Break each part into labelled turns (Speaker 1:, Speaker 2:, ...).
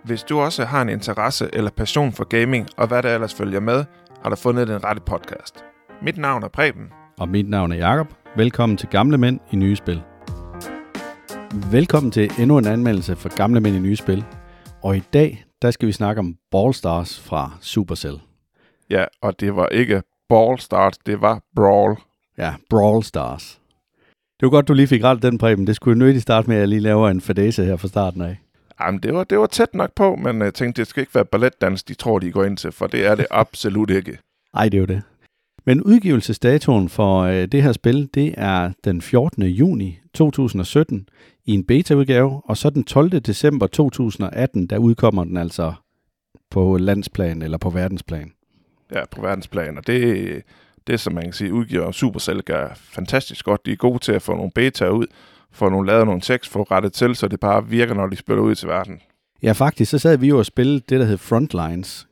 Speaker 1: Hvis du også har en interesse eller passion for gaming, og hvad der ellers følger med, har du fundet den rette podcast. Mit navn er Preben.
Speaker 2: Og mit navn er Jakob. Velkommen til Gamle Mænd i Nye Spil. Velkommen til endnu en anmeldelse for Gamle Mænd i Nye Spil. Og i dag, der skal vi snakke om Ballstars fra Supercell.
Speaker 1: Ja, og det var ikke Ballstars, det var Brawl.
Speaker 2: Ja, Brawl Stars. Det var godt, du lige fik ret den, Preben. Det skulle jo nødigt starte med, at jeg lige laver en fadese her fra starten af.
Speaker 1: Jamen, det var tæt nok på, men jeg tænkte, det skal ikke være balletdans, de tror, de går ind til, for det er det absolut ikke.
Speaker 2: Ej, det er jo det. Men udgivelsesdatoen for det her spil, det er den 14. juni 2017 i en beta-udgave, og så den 12. december 2018, der udkommer den altså på landsplan eller på verdensplan.
Speaker 1: Ja, på verdensplan, og det som man kan sige, udgiver Supercell gør fantastisk godt. De er gode til at få nogle beta ud, få lavet nogle tekst, få rettet til, så det bare virker, når de spiller ud til verden.
Speaker 2: Ja, faktisk, så sad vi jo og spillede det, der hed Frontlines,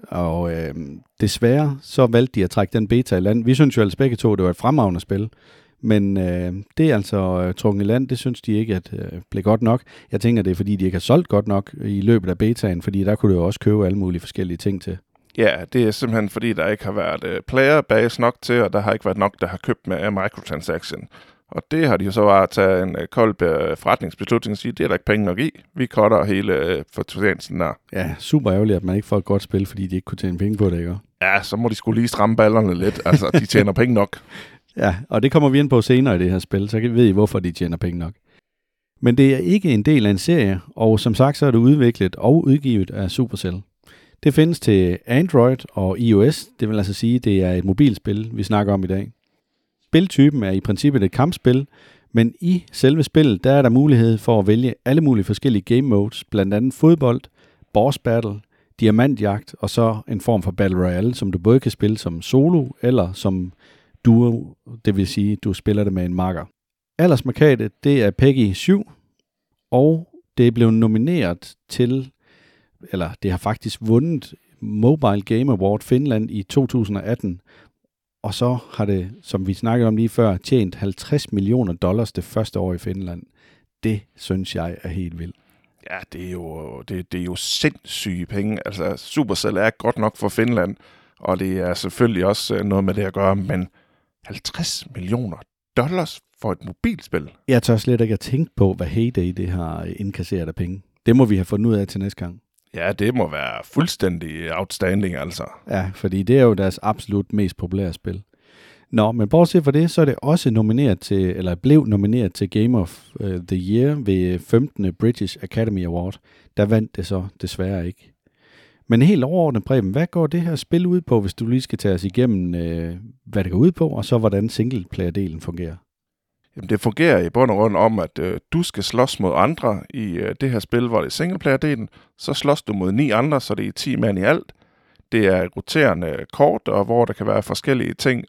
Speaker 2: og desværre så valgte de at trække den beta i land. Vi synes jo altså begge to, det var et fremragende spil, men det er altså trukket i land, det synes de ikke, at blev godt nok. Jeg tænker, det er fordi, de ikke har solgt godt nok i løbet af betaen, fordi der kunne du jo også købe alle mulige forskellige ting til.
Speaker 1: Ja, det er simpelthen fordi, der ikke har været playerbase nok til, og der har ikke været nok, der har købt med microtransaction. Og det har de jo så bare taget en kold forretningsbeslutning og sige, det er der ikke penge nok i. Vi cutter hele fortjenesten der.
Speaker 2: Ja, super ærgerligt, at man ikke får et godt spil, fordi de ikke kunne tjene penge på det, ikke?
Speaker 1: Ja, så må de skulle lige stramme ballerne lidt. Altså, de tjener penge nok.
Speaker 2: Ja, og det kommer vi ind på senere i det her spil, så ved I, hvorfor de tjener penge nok. Men det er ikke en del af en serie, og som sagt, så er det udviklet og udgivet af Supercell. Det findes til Android og iOS, det vil altså sige, det er et mobilspil, vi snakker om i dag. Spiltypen er i princippet et kampspil, men i selve spillet, der er der mulighed for at vælge alle mulige forskellige game modes, blandt andet fodbold, boss battle, diamantjagt og så en form for battle royale, som du både kan spille som solo eller som duo, det vil sige, du spiller det med en makker. Aldersmarkadet, det er PEGI 7, og det er blevet nomineret til, eller det har faktisk vundet Mobile Game Award Finland i 2018, og så har det, som vi snakkede om lige før, tjent $50 million det første år i Finland. Det synes jeg er helt vildt.
Speaker 1: Ja, det er jo sindssyge penge. Altså, Supercell er godt nok for Finland, og det er selvfølgelig også noget med det at gøre, men $50 million for et mobilspil?
Speaker 2: Jeg tør slet ikke at tænke på, hvad Heyday det har indkasseret af penge. Det må vi have fundet ud af til næste gang.
Speaker 1: Ja, det må være fuldstændig outstanding, altså.
Speaker 2: Ja, fordi det er jo deres absolut mest populære spil. Nå, men bortset fra det, så er det også nomineret til, eller blev nomineret til Game of the Year ved 15. British Academy Award. Der vandt det så desværre ikke. Men helt overordnet, Preben, hvad går det her spil ud på, hvis du lige skal tage os igennem, hvad det går ud på, og så hvordan singleplayer-delen fungerer?
Speaker 1: Jamen, det fungerer i bund og grund om, at du skal slås mod andre i det her spil, hvor det er singleplayer-delen. Så slås du mod 9 andre, så det er 10 mand i alt. Det er et roterende kort, og hvor der kan være forskellige ting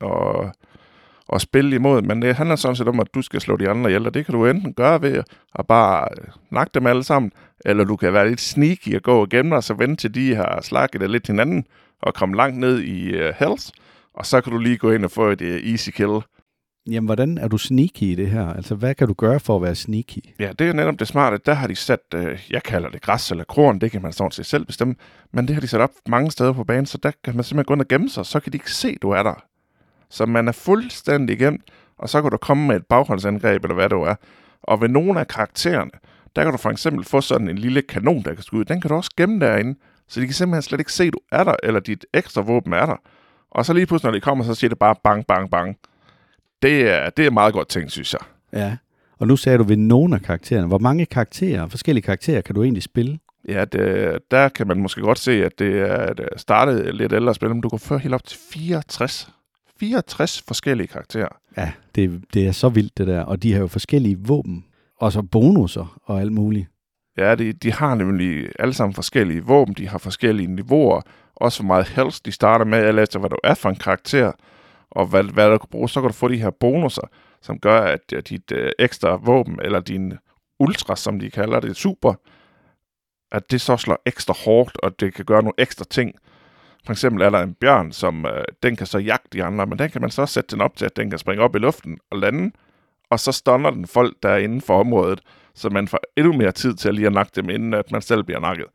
Speaker 1: at spille imod. Men det handler sådan set om, at du skal slå de andre ihjel, og det kan du enten gøre ved at bare nakke dem alle sammen, eller du kan være lidt sneaky og gå og gemme dig, og så vente til de har slakket det lidt hinanden, og komme langt ned i health, og så kan du lige gå ind og få et easy kill.
Speaker 2: Jamen, hvordan er du sneaky i det her? Altså, hvad kan du gøre for at være sneaky?
Speaker 1: Ja, det er netop det smarte. Der har de sat, jeg kalder det græs eller korn, det kan man sådan set selv bestemme, men det har de sat op mange steder på banen, så der kan man simpelthen gå ind og gemme sig, så kan de ikke se, du er der. Så man er fuldstændig gemt, og så kan du komme med et bagholdsangreb, eller hvad det er. Og ved nogle af karaktererne, der kan du for eksempel få sådan en lille kanon, der kan skyde. Den kan du også gemme derinde, så de kan simpelthen slet ikke se, du er der, eller dit ekstra våben er der. Og så lige pludselig, når de kommer, så siger det bare bang, bang, bang. Det er meget godt ting, synes jeg.
Speaker 2: Ja, og nu sagde du ved nogle af karaktererne. Hvor mange forskellige karakterer kan du egentlig spille?
Speaker 1: Ja, der kan man måske godt se, at det er startet lidt ældre spil, men du kan føre helt op til 64 forskellige karakterer.
Speaker 2: Ja, det er så vildt det der, og de har jo forskellige våben, og så bonusser og alt muligt.
Speaker 1: Ja, de har nemlig alle sammen forskellige våben, de har forskellige niveauer, også hvor meget health de starter med, alt efter hvad du er for en karakter, og hvad du kan bruge, så kan du få de her bonusser, som gør, at dit ekstra våben, eller din ultra, som de kalder det, super, at det så slår ekstra hårdt, og det kan gøre nogle ekstra ting. For eksempel er der en bjørn, som den kan så jagte de andre, men den kan man så sætte den op til, at den kan springe op i luften og lande, og så stunner den folk, der er inden for området, så man får endnu mere tid til at lige at nakke dem, inden at man selv bliver nakket.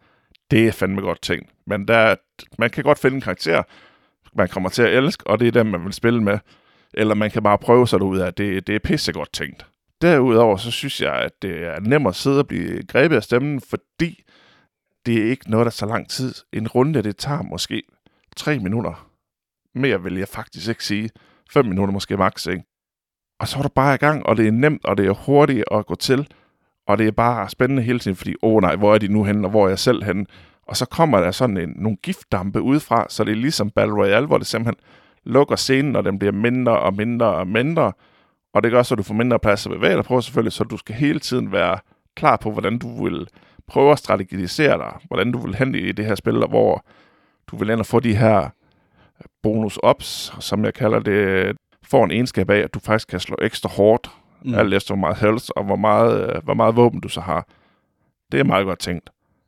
Speaker 1: Det er fandme godt tænkt. Men man kan godt finde en karakter, man kommer til at elske, og det er dem, man vil spille med. Eller man kan bare prøve sig derud af, det er pissegodt tænkt. Derudover, så synes jeg, at det er nemt at sidde og blive grebet af stemmen, fordi det er ikke noget, der tager lang tid. En runde, det tager måske 3 minutter. Mere vil jeg faktisk ikke sige. 5 minutter måske maks, ikke? Og så er du bare i gang, og det er nemt, og det er hurtigt at gå til. Og det er bare spændende hele tiden, fordi, nej, hvor er de nu henne, og hvor er jeg selv henne? Og så kommer der sådan nogle giftdampe udefra, så det er ligesom Battle Royale, hvor det simpelthen lukker scenen, og den bliver mindre og mindre og mindre. Og det gør så, at du får mindre plads at bevæge dig på, selvfølgelig, så du skal hele tiden være klar på, hvordan du vil prøve at strategisere dig, hvordan du vil hente i det her spil, og hvor du vil ende få de her bonus-ups, som jeg kalder det, får en egenskab af, at du faktisk kan slå ekstra hårdt, alt efter hvor meget health og hvor meget våben du så har. Det er meget godt tænkt.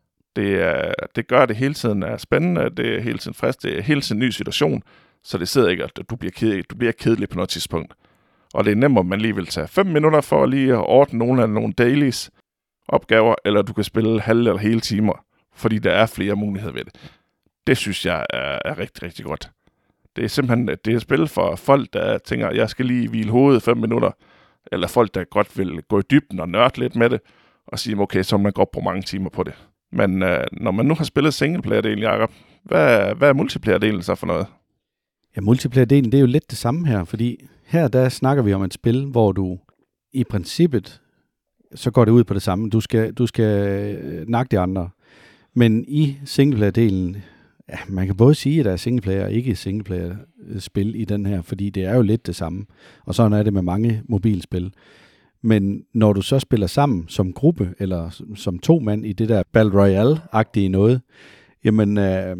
Speaker 1: Det gør, det hele tiden er spændende, det er hele tiden frisk, det er hele tiden en ny situation, så det sidder ikke, at du bliver kedelig på noget tidspunkt. Og det er nemmere, at man lige vil tage 5 minutter for lige at ordne nogle dailies opgaver, eller du kan spille halve eller hele timer, fordi der er flere muligheder ved det. Det synes jeg er rigtig, rigtig godt. Det er simpelthen det er et spil for folk, der tænker, jeg skal lige hvile hovedet 5 minutter, eller folk, der godt vil gå i dybden og nørde lidt med det, og sige, okay, så må man godt bruge mange timer på det. Men når man nu har spillet singleplayer-delen, Jacob, hvad er multiplayer-delen så for noget?
Speaker 2: Ja, multiplayer-delen, det er jo lidt det samme her, fordi her der snakker vi om et spil, hvor du i princippet, så går det ud på det samme. Du skal nakke de andre. Men i singleplayer-delen, ja, man kan både sige, at der er singleplayer og ikke singleplayer-spil i den her, fordi det er jo lidt det samme. Og sådan er det med mange mobilspil. Men når du så spiller sammen som gruppe, eller som 2 mand i det der Battle Royale-agtige noget, jamen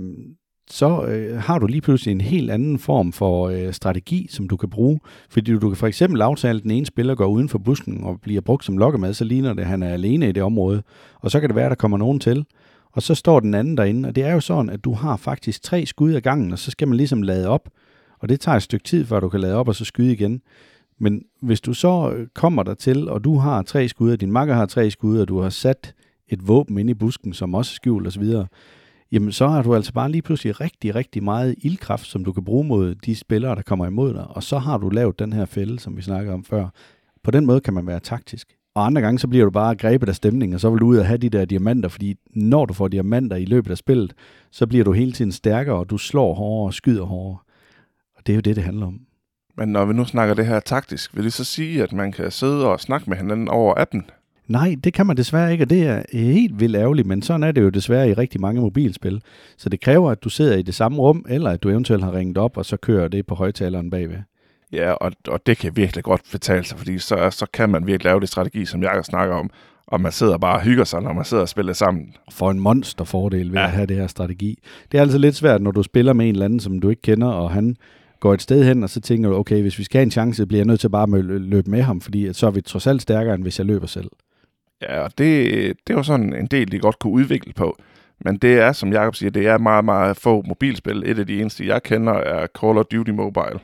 Speaker 2: så har du lige pludselig en helt anden form for strategi, som du kan bruge. Fordi du kan for eksempel aftale, at den ene spiller går uden for busken og bliver brugt som lokkemad, så ligner det, at han er alene i det område. Og så kan det være, at der kommer nogen til. Og så står den anden derinde, og det er jo sådan, at du har faktisk 3 skud ad gangen, og så skal man ligesom lade op. Og det tager et stykke tid, før du kan lade op og så skyde igen. Men hvis du så kommer der til, og du har 3 skud, og din makker har 3 skud, og du har sat et våben inde i busken, som også er skjult osv., jamen så har du altså bare lige pludselig rigtig, rigtig meget ildkraft, som du kan bruge mod de spillere, der kommer imod dig. Og så har du lavet den her fælde, som vi snakkede om før. På den måde kan man være taktisk. Og andre gange, så bliver du bare grebet af stemning, og så vil du ud og have de der diamanter, fordi når du får diamanter i løbet af spillet, så bliver du hele tiden stærkere, og du slår hårdere og skyder hårdere. Og det er jo det handler om.
Speaker 1: Men når vi nu snakker det her taktisk, vil det så sige, at man kan sidde og snakke med hinanden over appen?
Speaker 2: Nej, det kan man desværre ikke, og det er helt vildt ærgerligt, men sådan er det jo desværre i rigtig mange mobilspil. Så det kræver, at du sidder i det samme rum, eller at du eventuelt har ringet op, og så kører det på højtaleren bagved.
Speaker 1: Ja, og det kan virkelig godt betale sig, fordi så kan man virkelig lave det strategi, som jeg snakker om, og man sidder bare og hygger sig, når man sidder og spiller sammen.
Speaker 2: For en monsterfordel ved at have det her strategi. Det er altså lidt svært, når du spiller med en eller anden, som du ikke kender, og han går et sted hen, og så tænker du, okay, hvis vi skal have en chance, bliver jeg nødt til bare at løbe med ham, fordi så er vi trods alt stærkere, end hvis jeg løber selv. Ja,
Speaker 1: og det er jo sådan en del, de godt kunne udvikle på. Men det er, som Jacob siger, det er meget, meget få mobilspil. Et af de eneste, jeg kender, er Call of Duty Mobile.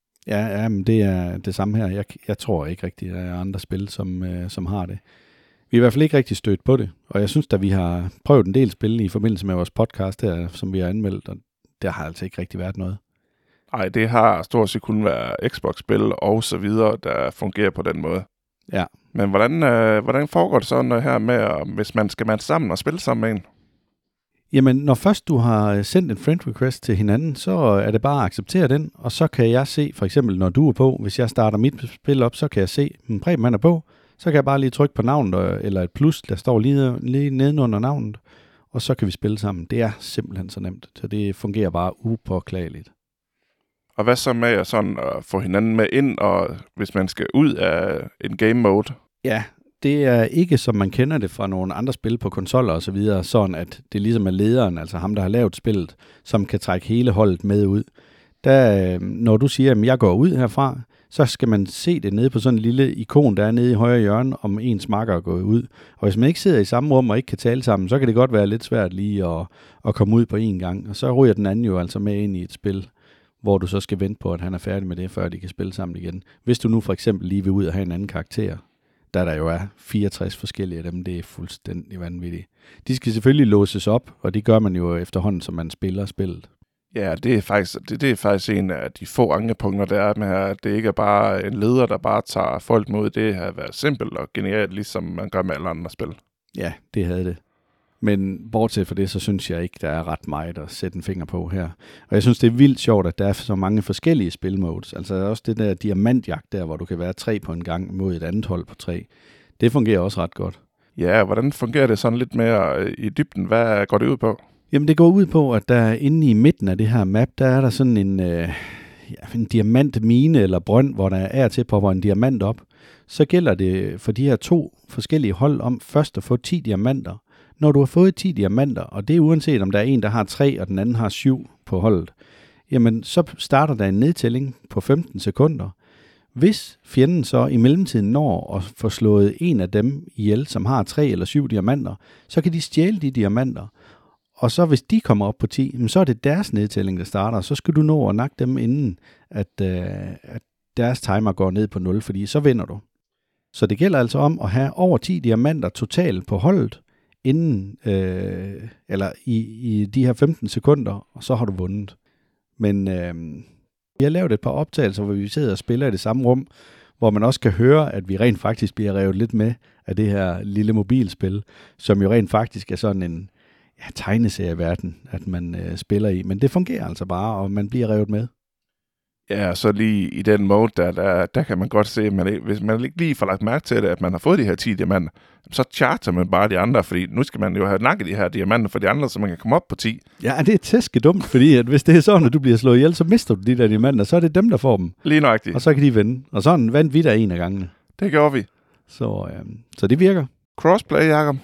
Speaker 2: Ja, men det er det samme her. Jeg tror ikke rigtigt, at der er andre spil, som har det. Vi er i hvert fald ikke rigtig stødt på det, og jeg synes, at vi har prøvet en del spil i forbindelse med vores podcast her, som vi har anmeldt, og der har altså ikke rigtig været noget.
Speaker 1: Nej, det har stort set kun været Xbox-spil og så videre, der fungerer på den måde.
Speaker 2: Ja.
Speaker 1: Men hvordan foregår det sådan her med, hvis man skal sammen og spille sammen med en?
Speaker 2: Jamen, når først du har sendt en friend request til hinanden, så er det bare at acceptere den, og så kan jeg se, for eksempel når du er på, hvis jeg starter mit spil op, så kan jeg se, at Preben er på, så kan jeg bare lige trykke på navnet, eller et plus, der står lige nedenunder navnet, og så kan vi spille sammen. Det er simpelthen så nemt, så det fungerer bare upåklageligt.
Speaker 1: Og hvad så med sådan at få hinanden med ind, og hvis man skal ud af en game mode?
Speaker 2: Ja, det er ikke, som man kender det fra nogle andre spil på konsoller og så videre, sådan at det ligesom er lederen, altså ham, der har lavet spillet, som kan trække hele holdet med ud. Når du siger, at jeg går ud herfra, så skal man se det nede på sådan en lille ikon, der er nede i højre hjørne, om ens makker er gået ud. Og hvis man ikke sidder i samme rum og ikke kan tale sammen, så kan det godt være lidt svært lige at komme ud på én gang. Og så ryger den anden jo altså med ind i et spil, hvor du så skal vente på, at han er færdig med det, før de kan spille sammen igen. Hvis du nu for eksempel lige vil ud og have en anden karakter, da der jo er 64 forskellige af dem. Det er fuldstændig vanvittigt. De skal selvfølgelig låses op, og det gør man jo efterhånden, som man spiller spillet.
Speaker 1: Ja, det er faktisk en af de få ankepunkter, der er med her, at det ikke er bare en leder, der bare tager folk mod det her at være simpelt og genialt, ligesom man gør med alle andre spil.
Speaker 2: Ja, det havde det. Men bortset fra det, så synes jeg ikke, der er ret meget at sætte en finger på her. Og jeg synes, det er vildt sjovt, at der er så mange forskellige spilmodes. Altså også det der diamantjagt der, hvor du kan være 3 på en gang mod et andet hold på 3. Det fungerer også ret godt.
Speaker 1: Ja, hvordan fungerer det sådan lidt mere i dybden? Hvad går det ud på?
Speaker 2: Jamen det går ud på, at der inde i midten af det her map, der er der sådan en diamantmine eller brønd, hvor der er til popper en diamant op. Så gælder det for de her 2 forskellige hold om først at få 10 diamanter. Når du har fået 10 diamanter, og det er uanset om der er en, der har 3, og den anden har 7 på holdet, jamen så starter der en nedtælling på 15 sekunder. Hvis fjenden så i mellemtiden når at få slået en af dem ihjel, som har 3 eller 7 diamanter, så kan de stjæle de diamanter. Og så hvis de kommer op på 10, så er det deres nedtælling, der starter, så skal du nå at nakke dem inden, at deres timer går ned på 0, fordi så vinder du. Så det gælder altså om at have over 10 diamanter totalt på holdet, inden, eller i de her 15 sekunder, og så har du vundet. Men jeg har lavet et par optagelser, hvor vi sidder og spiller i det samme rum, hvor man også kan høre, at vi rent faktisk bliver revet lidt med af det her lille mobilspil, som jo rent faktisk er sådan en tegneserieverden, at man spiller i. Men det fungerer altså bare, og man bliver revet med.
Speaker 1: Ja, så lige i den mode, der kan man godt se, at hvis man ikke lige får lagt mærke til det, at man har fået de her 10 diamanter, så charter man bare de andre, fordi nu skal man jo have nakket de her diamanter for de andre, så man kan komme op på 10.
Speaker 2: Ja, det er tæske dumt, fordi at hvis det er sådan, at du bliver slået ihjel, så mister du de der diamanter, så er det dem, der får dem.
Speaker 1: Lige nøjagtigt.
Speaker 2: Og så kan de vinde. Og sådan vandt vi der en af gangene.
Speaker 1: Det gjorde vi.
Speaker 2: Så det virker.
Speaker 1: Crossplay, Jacob?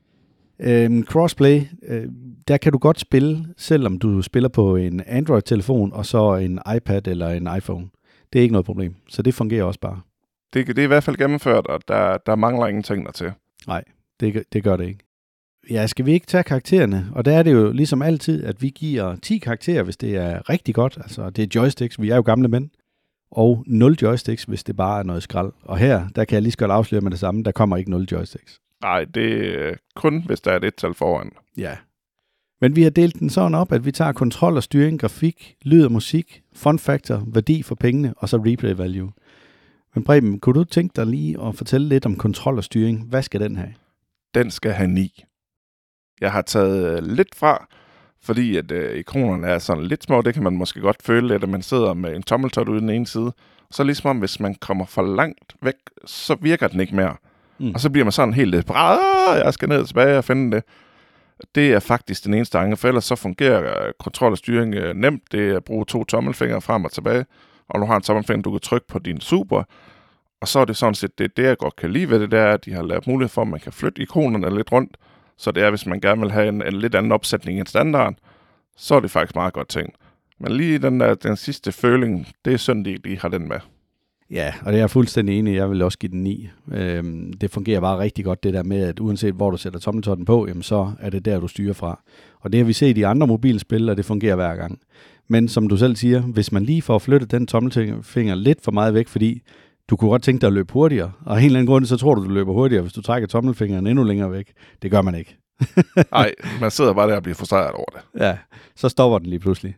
Speaker 2: Crossplay, der kan du godt spille, selvom du spiller på en Android-telefon og så en iPad eller en iPhone. Det er ikke noget problem, så det fungerer også bare.
Speaker 1: Det er i hvert fald gennemført, og der mangler ingenting der til.
Speaker 2: Nej, det gør det ikke. Ja, skal vi ikke tage karaktererne? Og der er det jo ligesom altid, at vi giver 10 karakterer, hvis det er rigtig godt. Altså, det er joysticks, vi er jo gamle mænd. Og 0 joysticks, hvis det bare er noget skrald. Og her, der kan jeg lige så godt afsløre med det samme, der kommer ikke 0 joysticks.
Speaker 1: Nej, det er kun, hvis der er et tal foran.
Speaker 2: Ja. Men vi har delt den sådan op, at vi tager kontrol og styring, grafik, lyd og musik, fun factor, værdi for pengene og så replay value. Men Preben, kunne du tænke dig lige at fortælle lidt om kontrol og styring? Hvad skal den have?
Speaker 1: Den skal have 9. Jeg har taget lidt fra, fordi at ikonerne er sådan lidt små. Det kan man måske godt føle lidt, at man sidder med en tommeltot ude den ene side. Så ligesom om, hvis man kommer for langt væk, så virker den ikke mere. Og så bliver man sådan helt desperat. Jeg skal ned og tilbage og finde det. Det er faktisk den eneste anke, for ellers så fungerer kontrol og styring nemt. Det er at bruge 2 tommelfingre frem og tilbage. Og du har en tommelfinger, du kan trykke på din super. Og så er det sådan set, det jeg godt kan lide ved det, der er, at de har lavet mulighed for, at man kan flytte ikonerne lidt rundt. Så det er, hvis man gerne vil have en lidt anden opsætning end standard, så er det faktisk meget godt ting. Men lige den sidste føling, det er synd, de ikke har den med.
Speaker 2: Ja, og det er jeg fuldstændig enig i. Jeg vil også give den 9. Det fungerer bare rigtig godt, det der med, at uanset hvor du sætter tommeltotten på, jamen så er det der, du styrer fra. Og det har vi set i andre mobilspil, og det fungerer hver gang. Men som du selv siger, hvis man lige får flyttet den tommelfinger lidt for meget væk, fordi du kunne godt tænke dig at løbe hurtigere, og af en eller anden grund, så tror du løber hurtigere, hvis du trækker tommelfingeren endnu længere væk. Det gør man ikke.
Speaker 1: Nej, man sidder bare der og bliver frustreret over det.
Speaker 2: Ja, så stopper den lige pludselig.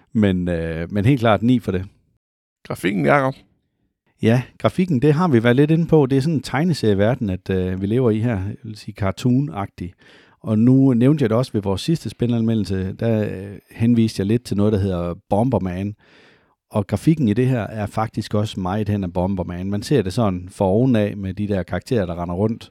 Speaker 2: Men helt klart 9 for det.
Speaker 1: Grafikken, Jacob?
Speaker 2: Ja, grafikken, det har vi været lidt inde på. Det er sådan en tegneserieverden, at vi lever i her. Jeg vil sige cartoon-agtig. Og nu nævnte jeg det også ved vores sidste spændanmeldelse. Der henviste jeg lidt til noget, der hedder Bomberman. Og grafikken i det her er faktisk også meget hen af Bomberman. Man ser det sådan for ovenaf med de der karakterer, der render rundt.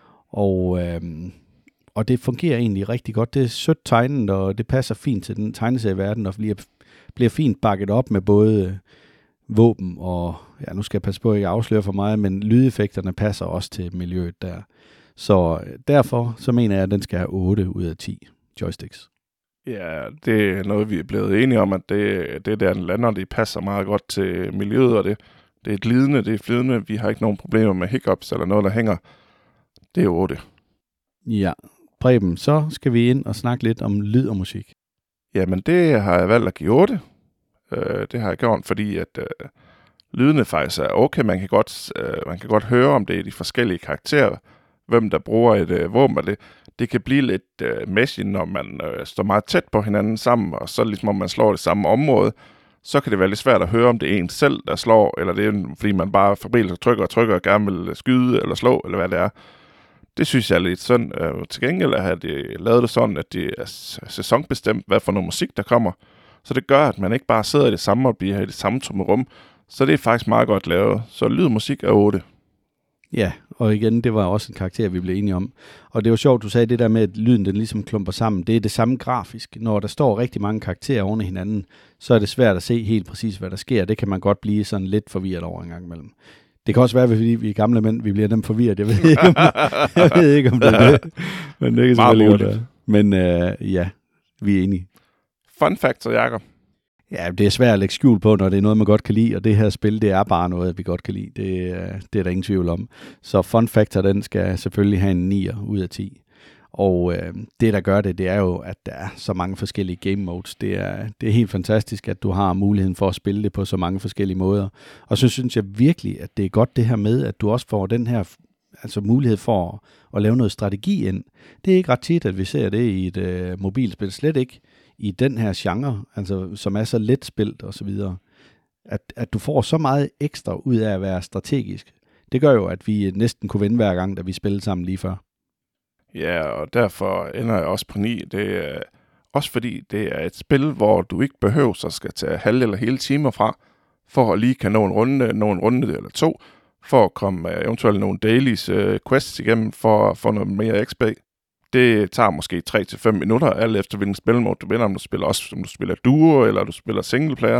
Speaker 2: Og det fungerer egentlig rigtig godt. Det er sødt tegnet, og det passer fint til den tegneserieverden, og bliver fint bakket op med både våben og, ja, nu skal jeg passe på at ikke afsløre for meget, men lydeffekterne passer også til miljøet der. Så derfor så mener jeg, at den skal have 8 ud af 10 joysticks.
Speaker 1: Ja, det er noget, vi er blevet enige om, at det der lander, det passer meget godt til miljøet, og det er glidende, det er flydende. Vi har ikke nogen problemer med hiccups eller noget, der hænger. Det er 8.
Speaker 2: Ja, Preben, så skal vi ind og snakke lidt om lyd og musik.
Speaker 1: Jamen, det har jeg valgt at give 8. Det har jeg gjort, fordi at lydene faktisk er okay. Man kan godt høre, om det er de forskellige karakterer, hvem der bruger et våben, og det kan blive lidt meshy, når man står meget tæt på hinanden sammen, og så ligesom om man slår det samme område, så kan det være lidt svært at høre, om det er en selv, der slår, eller det er, fordi man bare fabriler trykker og gerne vil skyde eller slå, eller hvad det er. Det synes jeg er lidt sådan. Til gengæld har de lavet det sådan, at det er sæsonbestemt, hvad for noget musik, der kommer. Så det gør, at man ikke bare sidder i det samme og bliver i det samme tomme rum. Så det er faktisk meget godt lavet. Så lyd og musik er 8.
Speaker 2: Ja, og igen, det var også en karakter, vi blev enige om. Og det var sjovt, du sagde det der med, at lyden den ligesom klumper sammen. Det er det samme grafisk. Når der står rigtig mange karakterer oven i hinanden, så er det svært at se helt præcis, hvad der sker. Det kan man godt blive sådan lidt forvirret over en gang imellem. Det kan også være, fordi vi er gamle mænd, vi bliver dem forvirret. Jeg ved ikke, om det er det. Men det kan selvfølgelig godt være. Men ja, vi er enige.
Speaker 1: Fun facts, Jakob.
Speaker 2: Ja, det er svært at lægge skjul på, når det er noget, man godt kan lide, og det her spil, det er bare noget, vi godt kan lide. Det er der ingen tvivl om. Så fun factor, den skal selvfølgelig have en 9 ud af 10. Og det, der gør det, det er jo, at der er så mange forskellige game modes. Det er helt fantastisk, at du har muligheden for at spille det på så mange forskellige måder. Og så synes jeg virkelig, at det er godt det her med, at du også får den her mulighed for at lave noget strategi ind. Det er ikke ret tit, at vi ser det i et mobilspil. Slet ikke i den her genre, som er så let spillet og så videre. At du får så meget ekstra ud af at være strategisk. Det gør jo, at vi næsten kunne vinde hver gang, da vi spillede sammen lige før.
Speaker 1: Ja, og derfor ender jeg også på 9. Det er også fordi, det er et spil, hvor du ikke behøver så skal tage halve eller hele timer fra, for at lige kan nå en runde eller 2, for at komme eventuelt nogle dailies quests igennem, for at få noget mere XP. Det tager måske 3-5 minutter, alt efter hvilken spilmode du vinder, om du spiller duo, eller du spiller singleplayer.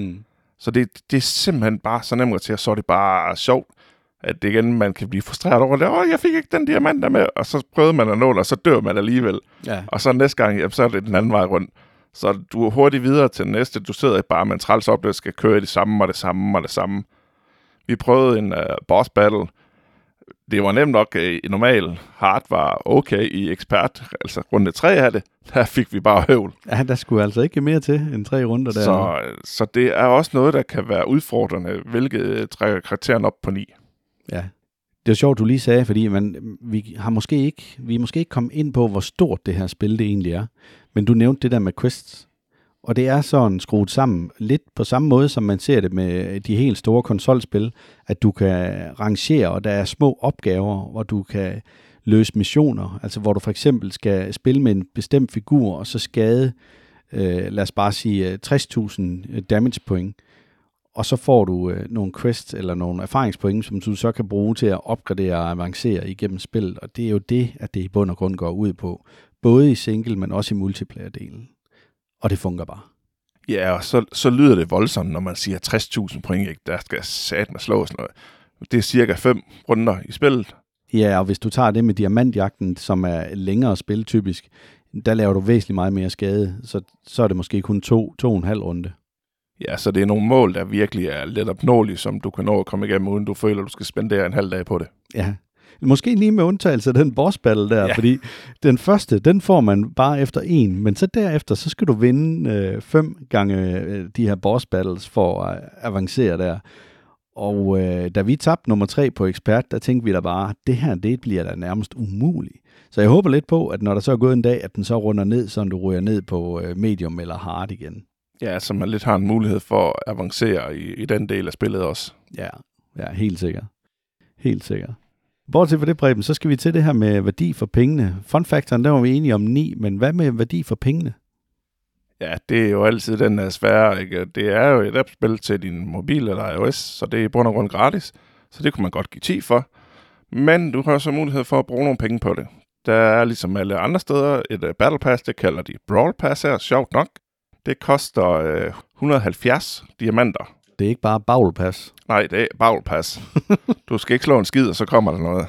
Speaker 1: Så det er simpelthen bare så nemt til, så er det bare sjovt, at det igen, man kan blive frustreret over det. Jeg fik ikke den diamant der med, og så prøvede man at nå det, og så dør man alligevel. Ja. Og så næste gang, så er det den anden vej rundt. Så du er hurtigt videre til næste. Du sidder ikke bare med en træls op, der skal køre det samme og det samme og det samme. Vi prøvede en boss battle. Det var nemt nok i normal. Hard var okay i ekspert. Altså runde 3 af det, der fik vi bare høvl.
Speaker 2: Ja, der skulle altså ikke mere til end 3 runder der.
Speaker 1: Så det er også noget, der kan være udfordrende, hvilket trækker karakteren op på 9.
Speaker 2: Ja, det er sjovt, du lige sagde, fordi vi er måske ikke kommet ind på, hvor stort det her spil det egentlig er. Men du nævnte det der med quests. Og det er sådan skruet sammen lidt på samme måde, som man ser det med de helt store konsolspil, at du kan rangere, og der er små opgaver, hvor du kan løse missioner. Altså hvor du for eksempel skal spille med en bestemt figur, og så skade, lad os bare sige, 60.000 damage point. Og så får du nogle quests eller nogle erfaringspoint, som du så kan bruge til at opgradere og avancere igennem spillet. Og det er jo det, at det i bund og grund går ud på. Både i single, men også i multiplayer-delen. Og det fungerer bare.
Speaker 1: Ja, og så lyder det voldsomt, når man siger 60.000 point. Ikke? Der skal satme slå sådan noget. Det er cirka 5 runder i spillet.
Speaker 2: Ja, og hvis du tager det med diamantjagten, som er længere spil typisk, der laver du væsentligt meget mere skade. Så er det måske kun 2,5 runde.
Speaker 1: Ja, så det er nogle mål, der virkelig er let opnåelige, som du kan nå at komme igennem, uden du føler, at du skal spendere en halv dag på det.
Speaker 2: Ja, måske lige med undtagelse af den boss battle der, fordi den første, den får man bare efter 1, men så derefter, så skal du vinde 5 gange de her boss battles for at avancere der. Og da vi tabte nummer 3 på ekspert, der tænkte vi da bare, det her, det bliver da nærmest umuligt. Så jeg håber lidt på, at når der så er gået en dag, at den så runder ned, så du ryger ned på medium eller hard igen.
Speaker 1: Ja, så man lidt har en mulighed for at avancere i den del af spillet også.
Speaker 2: Ja, helt sikkert. Helt sikkert. Bortset fra det, Preben, så skal vi til det her med værdi for pengene. Fun factoren, der var vi enige om 9, men hvad med værdi for pengene?
Speaker 1: Ja, det er jo altid den der svære, ikke? Det er jo et appspil til din mobil eller iOS, så det er i bund og grund gratis. Så det kunne man godt give 10 for. Men du har så mulighed for at bruge nogle penge på det. Der er ligesom alle andre steder et Battle Pass, det kalder de Brawl Pass her, sjovt nok. Det koster 170 diamanter.
Speaker 2: Det er ikke bare Brawl Pass.
Speaker 1: Nej, det er Brawl Pass. Du skal ikke slå en skid, og så kommer der noget.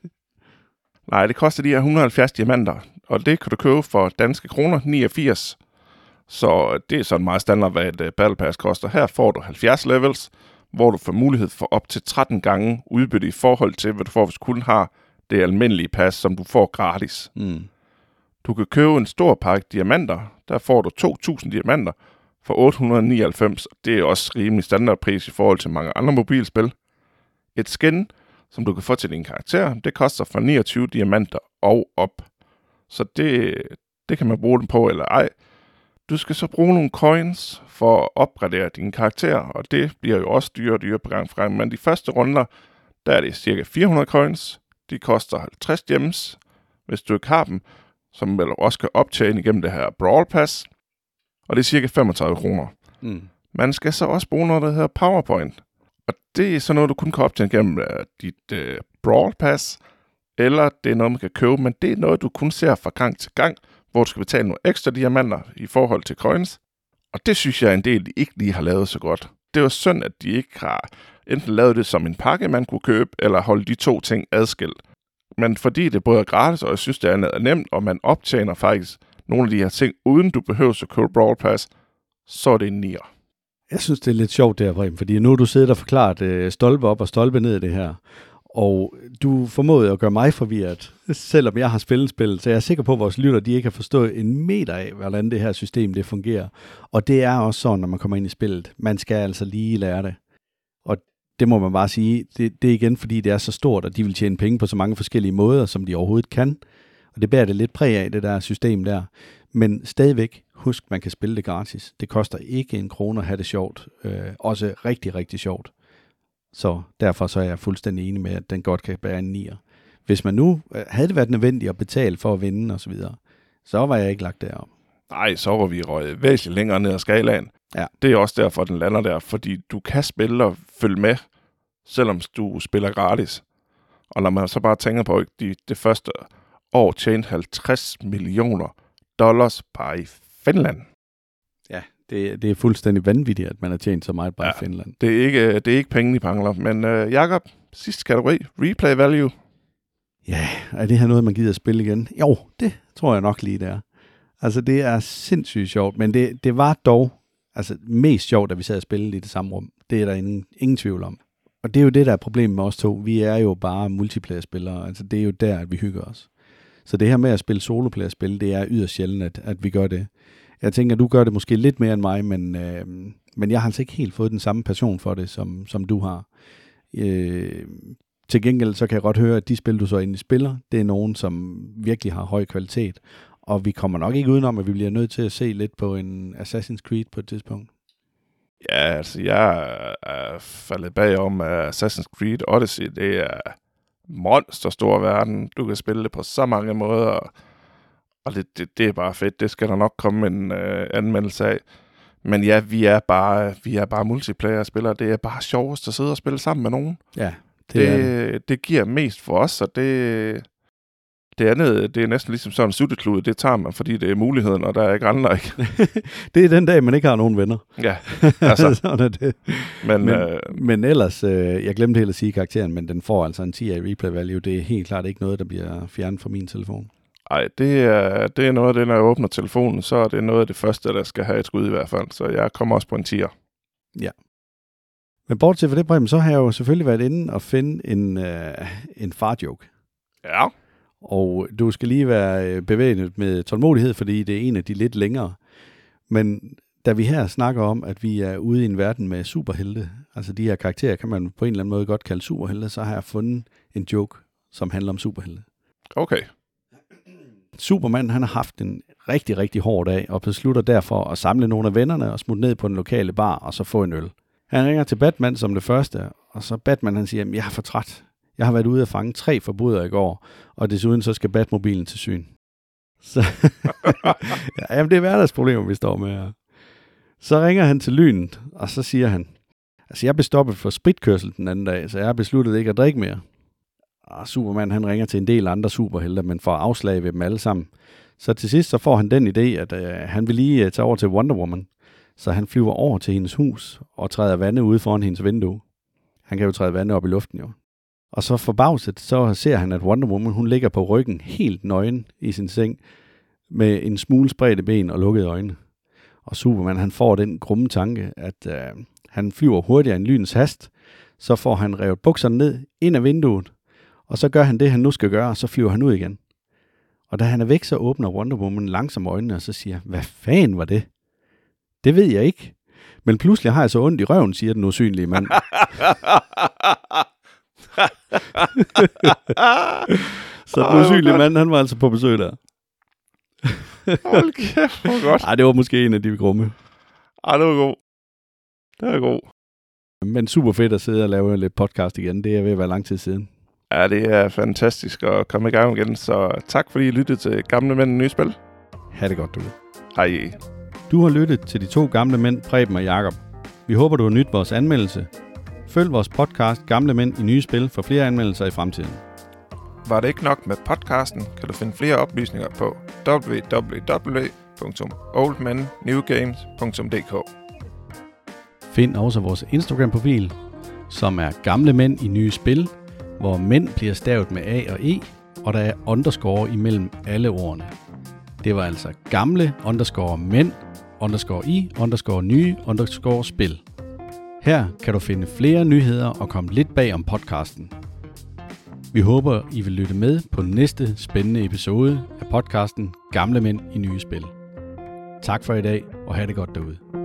Speaker 1: Nej, det koster de her 170 diamanter, og det kan du købe for danske kroner 89. Så det er sådan meget standard, hvad et Battle Pass koster. Her får du 70 levels, hvor du får mulighed for op til 13 gange udbytte i forhold til, hvad du får, hvis du kun har det almindelige pas, som du får gratis.
Speaker 2: Mm.
Speaker 1: Du kan købe en stor pakke diamanter. Der får du 2.000 diamanter for 899, og det er også rimelig standardpris i forhold til mange andre mobilspil. Et skin, som du kan få til din karakter, det koster fra 29 diamanter og op. Så det kan man bruge den på eller ej. Du skal så bruge nogle coins for at opgradere dine karakterer, og det bliver jo også dyrere og dyrere på gang frem. Men de første runder, der er det cirka 400 coins. De koster 50 gems, hvis du ikke har dem, som vel også kan optjene igennem det her Brawl Pass. Og det er cirka 35 kroner. Man skal så også bruge noget, der hedder PowerPoint. Og det er så noget, du kun kan optjene gennem dit Brawl Pass, eller det er noget, man kan købe, men det er noget, du kun ser fra gang til gang, hvor du skal betale nogle ekstra diamanter i forhold til coins. Og det synes jeg er en del, de ikke lige har lavet så godt. Det var synd, at de ikke har enten lavet det som en pakke, man kunne købe, eller holde de to ting adskilt. Men fordi det både er gratis, og jeg synes, det er nemt, og man optjener faktisk nogle af de her ting, uden du behøver at købe Brawl Pass, så er det en 9'er.
Speaker 2: Jeg synes, det er lidt sjovt der, Preben, fordi nu du sidder og forklaret stolpe op og stolpe ned det her, og du formåede at gøre mig forvirret, selvom jeg har spillet spillet, så jeg er sikker på, at vores lytter, de ikke har forstået en meter af, hvordan det her system det fungerer. Og det er også sådan, når man kommer ind i spillet. Man skal altså lige lære det. Og det må man bare sige, det er igen, fordi det er så stort, og de vil tjene penge på så mange forskellige måder, som de overhovedet kan. Og det bærer det lidt præg af, det der system der. Men stadigvæk, husk, man kan spille det gratis. Det koster ikke 1 krone at have det sjovt. Også rigtig, rigtig sjovt. Så derfor så er jeg fuldstændig enig med, at den godt kan bære en 9'er. Hvis man nu havde det været nødvendigt at betale for at vinde osv., så var jeg ikke lagt derop.
Speaker 1: Nej, så var vi røget væsentligt længere ned ad skalaen.
Speaker 2: Ja.
Speaker 1: Det er også derfor, den lander der, fordi du kan spille og følge med, selvom du spiller gratis. Og når man så bare tænker på, at det første år tjente $50 millioner bare i Finland.
Speaker 2: Ja, det er fuldstændig vanvittigt, at man har tjent så meget bare i Finland.
Speaker 1: Det er ikke penge, de mangler. Men Jakob, sidste kategori, replay value.
Speaker 2: Ja, er det her noget, man gider at spille igen? Jo, det tror jeg nok lige, det er. Altså, det er sindssygt sjovt, men det var dog mest sjovt, at vi sad og spillede i det samme rum. Det er der ingen tvivl om. Og det er jo det, der er problemet med os to. Vi er jo bare multiplayer-spillere. Altså, det er jo der, at vi hygger os. Så det her med at spille soloplayer-spil, det er yderst sjældent, at vi gør det. Jeg tænker, at du gør det måske lidt mere end mig, men jeg har altså ikke helt fået den samme passion for det, som du har. Til gengæld så kan jeg godt høre, at de spil, du så egentlig spiller, det er nogen, som virkelig har høj kvalitet. Og vi kommer nok ikke udenom, at vi bliver nødt til at se lidt på en Assassin's Creed på et tidspunkt.
Speaker 1: Ja, altså jeg er faldet bagom af Assassin's Creed Odyssey. Det er monsterstor verden. Du kan spille det på så mange måder, og det er bare fedt. Det skal der nok komme en anmeldelse af. Men ja, vi er bare multiplayer-spillere. Det er bare sjovest at sidde og spille sammen med nogen.
Speaker 2: Ja,
Speaker 1: det giver mest for os, og det andet, det er næsten ligesom sådan en sutteklud. Det tager man, fordi det er muligheden, og der er ikke andre. Ikke?
Speaker 2: Det er den dag, man ikke har nogen venner.
Speaker 1: Ja, altså.
Speaker 2: Sådan er det. Men ellers, jeg glemte helt at sige karakteren, men den får altså en 10 i replay value. Det er helt klart ikke noget, der bliver fjernet fra min telefon.
Speaker 1: Nej, det er noget af det, når jeg åbner telefonen, så er det noget af det første, der skal have et skud i hvert fald. Så jeg kommer også på en 10'er.
Speaker 2: Ja. Men bortset fra det, Preben, så har jeg jo selvfølgelig været inde og finde en farjoke.
Speaker 1: Ja.
Speaker 2: Og du skal lige være bevæget med tålmodighed, fordi det er en af de lidt længere. Men da vi her snakker om, at vi er ude i en verden med superhelte, altså de her karakterer kan man på en eller anden måde godt kalde superhelte, så har jeg fundet en joke, som handler om superhelte.
Speaker 1: Okay.
Speaker 2: Superman, han har haft en rigtig, rigtig hård dag, og beslutter derfor at samle nogle af vennerne og smutte ned på den lokale bar, og så få en øl. Han ringer til Batman som det første, og så Batman, han siger, jeg er for træt. Jeg har været ude at fange 3 forbrydere i går, og desuden så skal Batmobilen til syn. Så jamen, det er hverdagsproblemer, vi står med her. Så ringer han til Lynet, og så siger han, jeg blev stoppet for spritkørsel den anden dag, så jeg har besluttet ikke at drikke mere. Og Superman, han ringer til en del andre superhelte, men får afslag ved dem alle sammen. Så til sidst så får han den idé, at han vil lige tage over til Wonder Woman. Så han flyver over til hendes hus og træder vande ude foran hendes vindue. Han kan jo træde vande op i luften jo. Og så forbavset, så ser han, at Wonder Woman, hun ligger på ryggen helt nøgen i sin seng, med en smule spredte ben og lukkede øjne. Og Superman, han får den grumme tanke, at han flyver hurtigere end lynets hast, så får han revet bukserne ned ind af vinduet, og så gør han det, han nu skal gøre, og så flyver han ud igen. Og da han er væk, så åbner Wonder Woman langsomt øjnene, og så siger, hvad fanden var det? Det ved jeg ikke. Men pludselig har jeg så ondt i røven, siger den usynlige mand. Så den usynlige mand, han var altså på besøg der.
Speaker 1: Hold kæft, hvor godt.
Speaker 2: Ej, det var måske en af de grumme.
Speaker 1: Ej, det var god. Det var god.
Speaker 2: Men super fedt at sidde og lave lidt podcast igen. Det er ved at være lang tid siden.
Speaker 1: Ja, det er fantastisk at komme i gang igen. Så tak fordi I lyttede til Gamle Mænd Nye Spil.
Speaker 2: Ha' det godt, du.
Speaker 1: Hej.
Speaker 2: Du har lyttet til de 2 gamle mænd, Preben og Jakob. Vi håber, du har nydt vores anmeldelse. Følg vores podcast Gamle Mænd i Nye Spil for flere anmeldelser i fremtiden.
Speaker 1: Var det ikke nok med podcasten, kan du finde flere oplysninger på www.oldmennewgames.dk.
Speaker 2: Find også vores Instagram-profil, som er Gamle Mænd i Nye Spil, hvor mænd bliver stavet med A og E, og der er underscore imellem alle ordene. Det var altså gamle_mænd_i_nye_spil. Her kan du finde flere nyheder og komme lidt bag om podcasten. Vi håber, I vil lytte med på næste spændende episode af podcasten Gamle Mænd i Nye Spil. Tak for i dag, og have det godt derude.